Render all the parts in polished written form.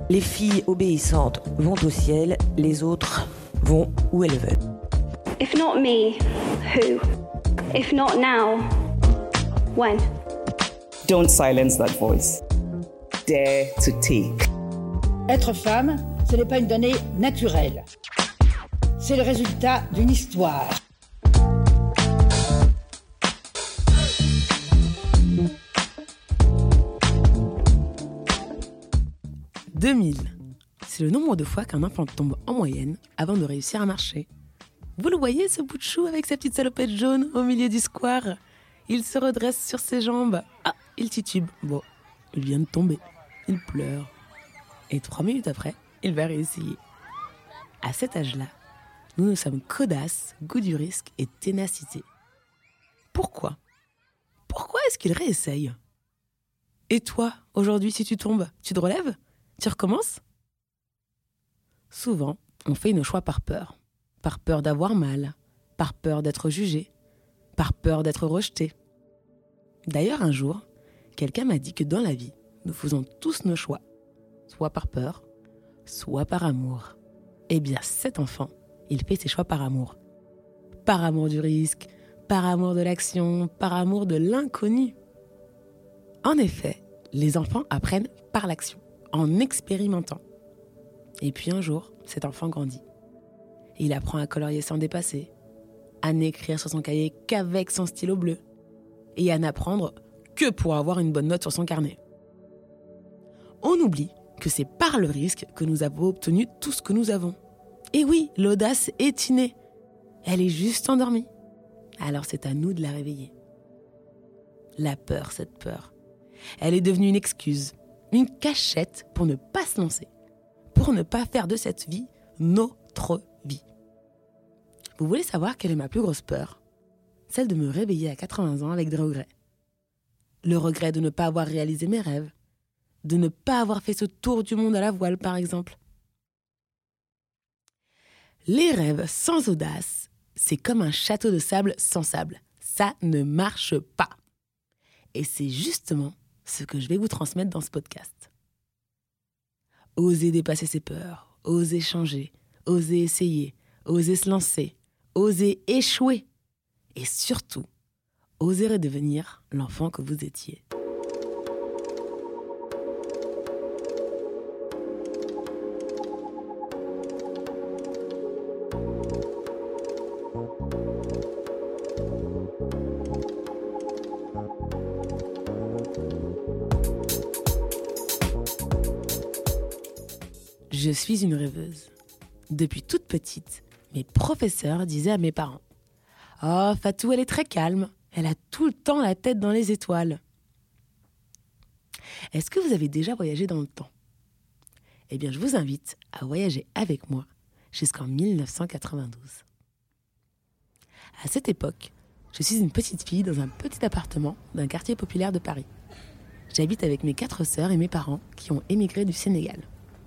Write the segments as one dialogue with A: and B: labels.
A: Les filles obéissantes vont au ciel, les autres vont où elles veulent.
B: If not me, who? If not now, when?
C: Don't silence that voice. Dare to take.
D: Être femme, ce n'est pas une donnée naturelle. C'est le résultat d'une histoire.
E: « 2000, c'est le nombre de fois qu'un enfant tombe en moyenne avant de réussir à marcher. Vous le voyez, ce bout de chou avec sa petite salopette jaune au milieu du square? Il se redresse sur ses jambes. Ah, il titube. Bon, il vient de tomber. Il pleure. Et 3 minutes après, il va réessayer. À cet âge-là, nous ne sommes qu'audace, goût du risque et ténacité. Pourquoi? Pourquoi est-ce qu'il réessaye? Et toi, aujourd'hui, si tu tombes, tu te relèves? Tu recommences? Souvent, on fait nos choix par peur. Par peur d'avoir mal, par peur d'être jugé, par peur d'être rejeté. D'ailleurs, un jour, quelqu'un m'a dit que dans la vie, nous faisons tous nos choix, soit par peur, soit par amour. Eh bien, cet enfant, il fait ses choix par amour. Par amour du risque, par amour de l'action, par amour de l'inconnu. En effet, les enfants apprennent par l'action, en expérimentant. Et puis un jour, cet enfant grandit. Il apprend à colorier sans dépasser, à n'écrire sur son cahier qu'avec son stylo bleu, et à n'apprendre que pour avoir une bonne note sur son carnet. On oublie que c'est par le risque que nous avons obtenu tout ce que nous avons. Et oui, l'audace est innée. Elle est juste endormie. Alors c'est à nous de la réveiller. La peur, cette peur, elle est devenue une excuse, une cachette pour ne pas se lancer, pour ne pas faire de cette vie notre vie. Vous voulez savoir quelle est ma plus grosse peur? Celle de me réveiller à 80 ans avec des regrets. Le regret de ne pas avoir réalisé mes rêves, de ne pas avoir fait ce tour du monde à la voile, par exemple. Les rêves sans audace, c'est comme un château de sable sans sable. Ça ne marche pas. Et c'est justement ce que je vais vous transmettre dans ce podcast. Oser dépasser ses peurs, oser changer, oser essayer, oser se lancer, oser échouer. Et surtout, oser redevenir l'enfant que vous étiez. Je suis une rêveuse. Depuis toute petite, mes professeurs disaient à mes parents: « Oh, Fatou, elle est très calme. Elle a tout le temps la tête dans les étoiles. » Est-ce que vous avez déjà voyagé dans le temps? Eh bien, je vous invite à voyager avec moi jusqu'en 1992. À cette époque, je suis une petite fille dans un petit appartement d'un quartier populaire de Paris. J'habite avec mes 4 sœurs et mes parents qui ont émigré du Sénégal.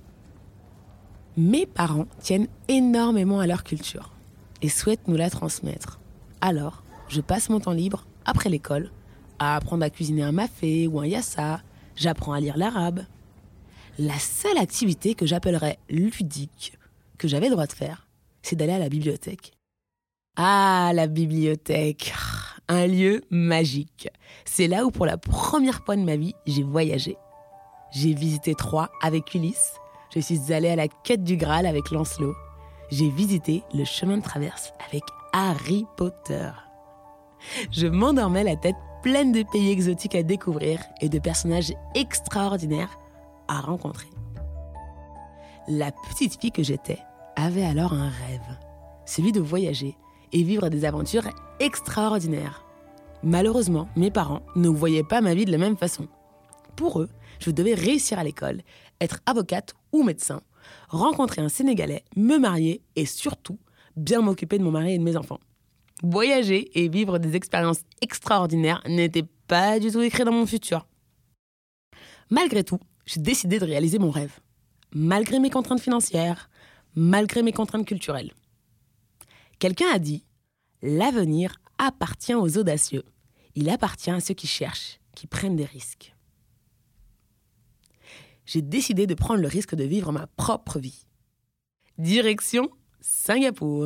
E: Mes parents tiennent énormément à leur culture et souhaitent nous la transmettre. Alors, je passe mon temps libre, après l'école, à apprendre à cuisiner un mafé ou un yassa. J'apprends à lire l'arabe. La seule activité que j'appellerais ludique, que j'avais le droit de faire, c'est d'aller à la bibliothèque. Ah, la bibliothèque, un lieu magique. C'est là où pour la première fois de ma vie, j'ai voyagé. J'ai visité Troyes avec Ulysse. Je suis allée à la quête du Graal avec Lancelot. J'ai visité le chemin de traverse avec Harry Potter. Je m'endormais la tête pleine de pays exotiques à découvrir et de personnages extraordinaires à rencontrer. La petite fille que j'étais avait alors un rêve, celui de voyager et vivre des aventures extraordinaires. Malheureusement, mes parents ne voyaient pas ma vie de la même façon. Pour eux, je devais réussir à l'école, être avocate ou médecin, rencontrer un Sénégalais, me marier et surtout, bien m'occuper de mon mari et de mes enfants. Voyager et vivre des expériences extraordinaires n'était pas du tout écrit dans mon futur. Malgré tout, j'ai décidé de réaliser mon rêve. Malgré mes contraintes financières, malgré mes contraintes culturelles. Quelqu'un a dit « L'avenir appartient aux audacieux. Il appartient à ceux qui cherchent, qui prennent des risques. » j'ai décidé de prendre le risque de vivre ma propre vie. Direction Singapour.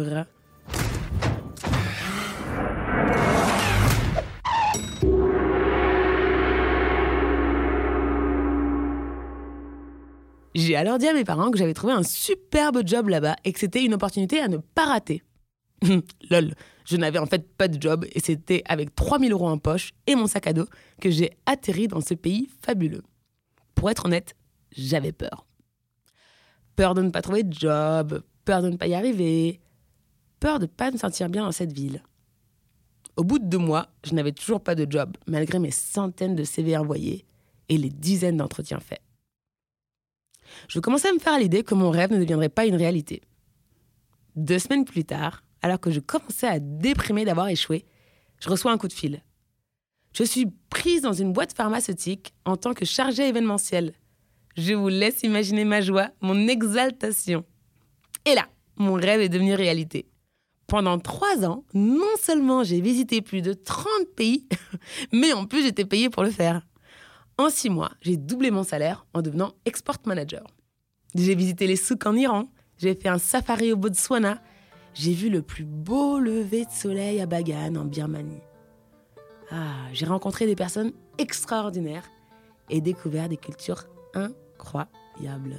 E: J'ai alors dit à mes parents que j'avais trouvé un superbe job là-bas et que c'était une opportunité à ne pas rater. Lol, je n'avais en fait pas de job et c'était avec 3 000 € en poche et mon sac à dos que j'ai atterri dans ce pays fabuleux. Pour être honnête, j'avais peur. Peur de ne pas trouver de job, peur de ne pas y arriver, peur de ne pas me sentir bien dans cette ville. Au bout de 2 mois, je n'avais toujours pas de job, malgré mes centaines de CV envoyés et les dizaines d'entretiens faits. Je commençais à me faire à l'idée que mon rêve ne deviendrait pas une réalité. 2 semaines plus tard, alors que je commençais à déprimer d'avoir échoué, je reçois un coup de fil. Je suis prise dans une boîte pharmaceutique en tant que chargée événementielle. Je vous laisse imaginer ma joie, mon exaltation. Et là, mon rêve est devenu réalité. Pendant 3 ans, non seulement j'ai visité plus de 30 pays, mais en plus j'étais payée pour le faire. En 6 mois, j'ai doublé mon salaire en devenant export manager. J'ai visité les souks en Iran, j'ai fait un safari au Botswana, j'ai vu le plus beau lever de soleil à Bagan en Birmanie. J'ai rencontré des personnes extraordinaires et découvert des cultures incroyables.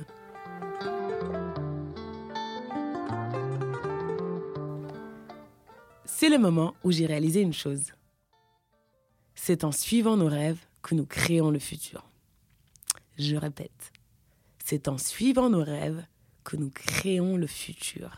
E: C'est le moment où j'ai réalisé une chose. C'est en suivant nos rêves que nous créons le futur. Je répète, c'est en suivant nos rêves que nous créons le futur.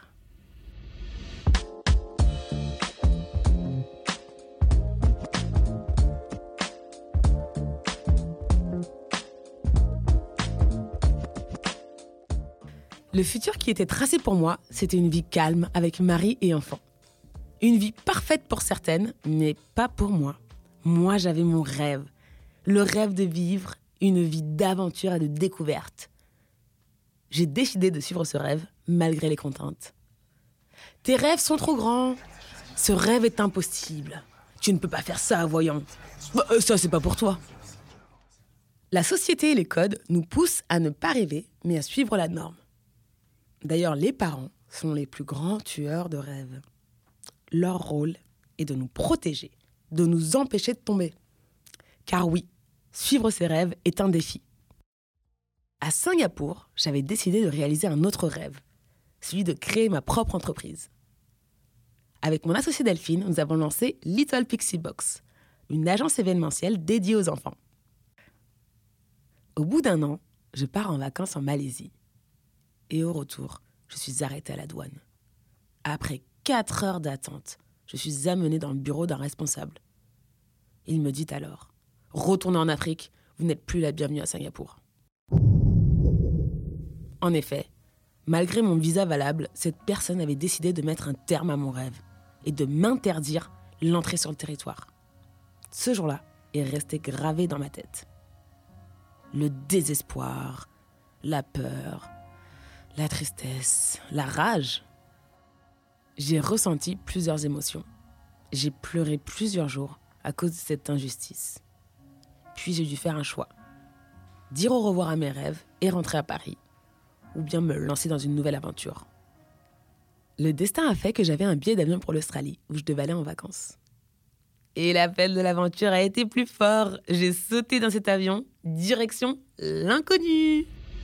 E: Le futur qui était tracé pour moi, c'était une vie calme avec mari et enfants. Une vie parfaite pour certaines, mais pas pour moi. Moi, j'avais mon rêve. Le rêve de vivre une vie d'aventure et de découverte. J'ai décidé de suivre ce rêve malgré les contraintes. Tes rêves sont trop grands. Ce rêve est impossible. Tu ne peux pas faire ça, voyons. Ça, c'est pas pour toi. La société et les codes nous poussent à ne pas rêver, mais à suivre la norme. D'ailleurs, les parents sont les plus grands tueurs de rêves. Leur rôle est de nous protéger, de nous empêcher de tomber. Car oui, suivre ses rêves est un défi. À Singapour, j'avais décidé de réaliser un autre rêve, celui de créer ma propre entreprise. Avec mon associée Delphine, nous avons lancé Little Pixie Box, une agence événementielle dédiée aux enfants. Au bout d'1 an, je pars en vacances en Malaisie. Et au retour, je suis arrêtée à la douane. Après 4 heures d'attente, je suis amenée dans le bureau d'un responsable. Il me dit alors, « Retournez en Afrique, vous n'êtes plus la bienvenue à Singapour. » En effet, malgré mon visa valable, cette personne avait décidé de mettre un terme à mon rêve et de m'interdire l'entrée sur le territoire. Ce jour-là est resté gravé dans ma tête. Le désespoir, la peur, la tristesse, la rage. J'ai ressenti plusieurs émotions. J'ai pleuré plusieurs jours à cause de cette injustice. Puis j'ai dû faire un choix. Dire au revoir à mes rêves et rentrer à Paris. Ou bien me lancer dans une nouvelle aventure. Le destin a fait que j'avais un billet d'avion pour l'Australie, où je devais aller en vacances. Et l'appel de l'aventure a été plus fort. J'ai sauté dans cet avion, direction l'inconnu.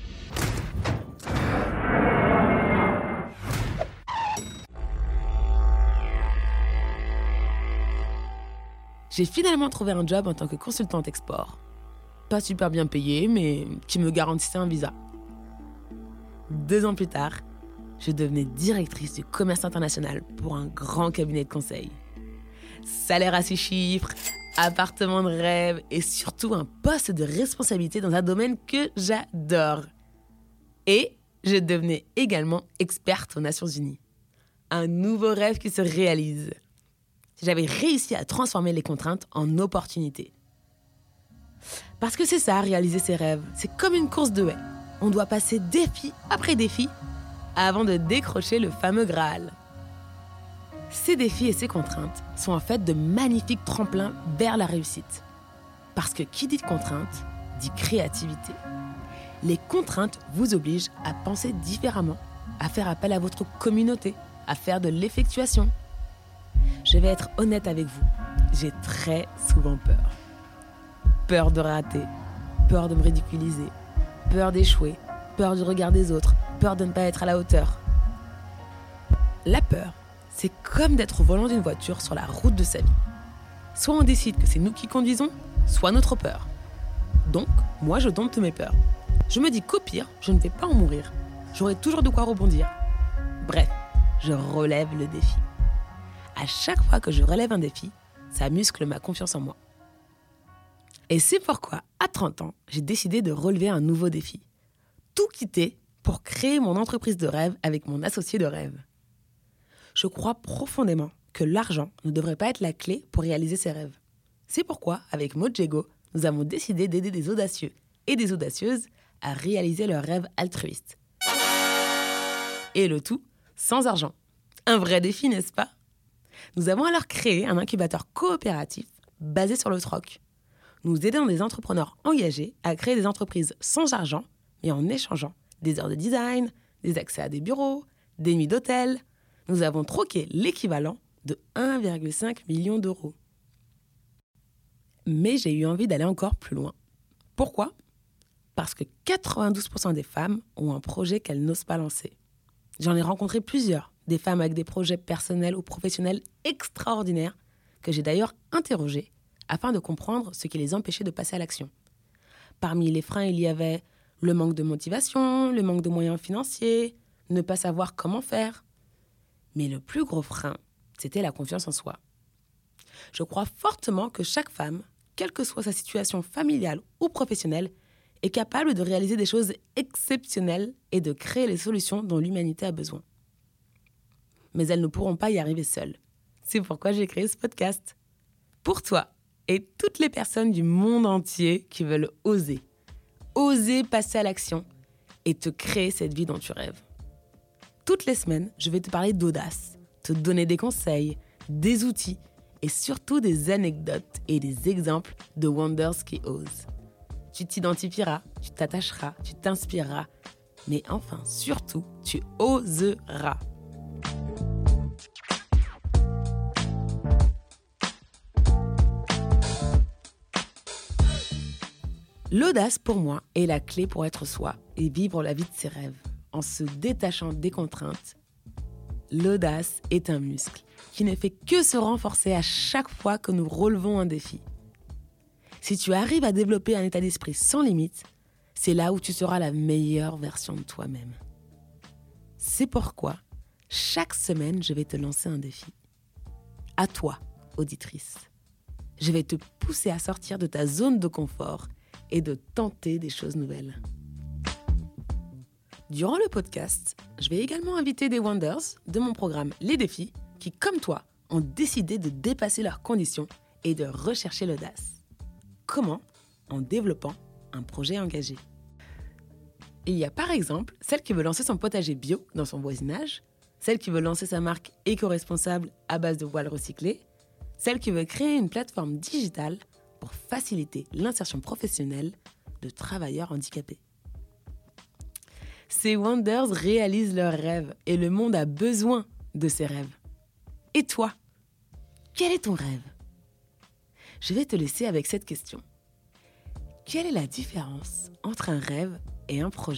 E: J'ai finalement trouvé un job en tant que consultante export. Pas super bien payé, mais qui me garantissait un visa. 2 ans plus tard, je devenais directrice du commerce international pour un grand cabinet de conseil. Salaire à 6 chiffres, appartement de rêve et surtout un poste de responsabilité dans un domaine que j'adore. Et je devenais également experte aux Nations Unies. Un nouveau rêve qui se réalise. J'avais réussi à transformer les contraintes en opportunités. Parce que c'est ça, réaliser ses rêves. C'est comme une course de haies. On doit passer défi après défi avant de décrocher le fameux Graal. Ces défis et ces contraintes sont en fait de magnifiques tremplins vers la réussite. Parce que qui dit contrainte, dit créativité. Les contraintes vous obligent à penser différemment, à faire appel à votre communauté, à faire de l'effectuation. Je vais être honnête avec vous, j'ai très souvent peur. Peur de rater, peur de me ridiculiser, peur d'échouer, peur du regard des autres, peur de ne pas être à la hauteur. La peur, c'est comme d'être au volant d'une voiture sur la route de sa vie. Soit on décide que c'est nous qui conduisons, soit notre peur. Donc, moi je dompte mes peurs. Je me dis qu'au pire, je ne vais pas en mourir. J'aurai toujours de quoi rebondir. Bref, je relève le défi. À chaque fois que je relève un défi, ça muscle ma confiance en moi. Et c'est pourquoi, à 30 ans, j'ai décidé de relever un nouveau défi. Tout quitter pour créer mon entreprise de rêve avec mon associé de rêve. Je crois profondément que l'argent ne devrait pas être la clé pour réaliser ses rêves. C'est pourquoi, avec Mojego, nous avons décidé d'aider des audacieux et des audacieuses à réaliser leurs rêves altruistes. Et le tout sans argent. Un vrai défi, n'est-ce pas ? Nous avons alors créé un incubateur coopératif basé sur le troc. Nous aidons des entrepreneurs engagés à créer des entreprises sans argent, mais en échangeant des heures de design, des accès à des bureaux, des nuits d'hôtel. Nous avons troqué l'équivalent de 1,5 million d'euros. Mais j'ai eu envie d'aller encore plus loin. Pourquoi ? Parce que 92% des femmes ont un projet qu'elles n'osent pas lancer. J'en ai rencontré plusieurs, des femmes avec des projets personnels ou professionnels extraordinaires que j'ai d'ailleurs interrogées afin de comprendre ce qui les empêchait de passer à l'action. Parmi les freins, il y avait le manque de motivation, le manque de moyens financiers, ne pas savoir comment faire. Mais le plus gros frein, c'était la confiance en soi. Je crois fortement que chaque femme, quelle que soit sa situation familiale ou professionnelle, est capable de réaliser des choses exceptionnelles et de créer les solutions dont l'humanité a besoin. Mais elles ne pourront pas y arriver seules. C'est pourquoi j'ai créé ce podcast. Pour toi et toutes les personnes du monde entier qui veulent oser passer à l'action et te créer cette vie dont tu rêves. Toutes les semaines, je vais te parler d'audace, te donner des conseils, des outils et surtout des anecdotes et des exemples de Wonders qui osent. Tu t'identifieras, tu t'attacheras, tu t'inspireras, mais enfin, surtout, tu oseras. L'audace, pour moi, est la clé pour être soi et vivre la vie de ses rêves, en se détachant des contraintes. L'audace est un muscle qui ne fait que se renforcer à chaque fois que nous relevons un défi. Si tu arrives à développer un état d'esprit sans limite, c'est là où tu seras la meilleure version de toi-même. C'est pourquoi, chaque semaine, je vais te lancer un défi. À toi, auditrice. Je vais te pousser à sortir de ta zone de confort et de tenter des choses nouvelles. Durant le podcast, je vais également inviter des Wonders de mon programme Les Défis qui, comme toi, ont décidé de dépasser leurs conditions et de rechercher l'audace. Comment ? En développant un projet engagé. Il y a par exemple celle qui veut lancer son potager bio dans son voisinage, celle qui veut lancer sa marque éco-responsable à base de voiles recyclées, celle qui veut créer une plateforme digitale pour faciliter l'insertion professionnelle de travailleurs handicapés. Ces Wonders réalisent leurs rêves et le monde a besoin de ces rêves. Et toi, quel est ton rêve ? Je vais te laisser avec cette question. Quelle est la différence entre un rêve et un projet ?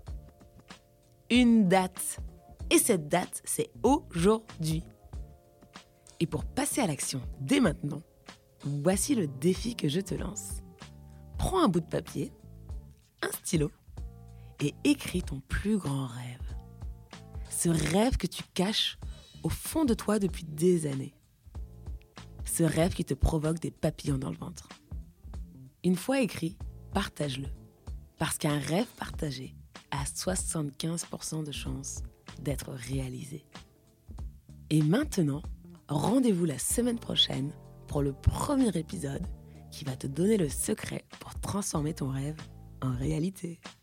E: Une date. Et cette date, c'est aujourd'hui. Et pour passer à l'action dès maintenant, voici le défi que je te lance. Prends un bout de papier, un stylo et écris ton plus grand rêve. Ce rêve que tu caches au fond de toi depuis des années. Ce rêve qui te provoque des papillons dans le ventre. Une fois écrit, partage-le. Parce qu'un rêve partagé a 75% de chances d'être réalisé. Et maintenant, rendez-vous la semaine prochaine pour le premier épisode qui va te donner le secret pour transformer ton rêve en réalité.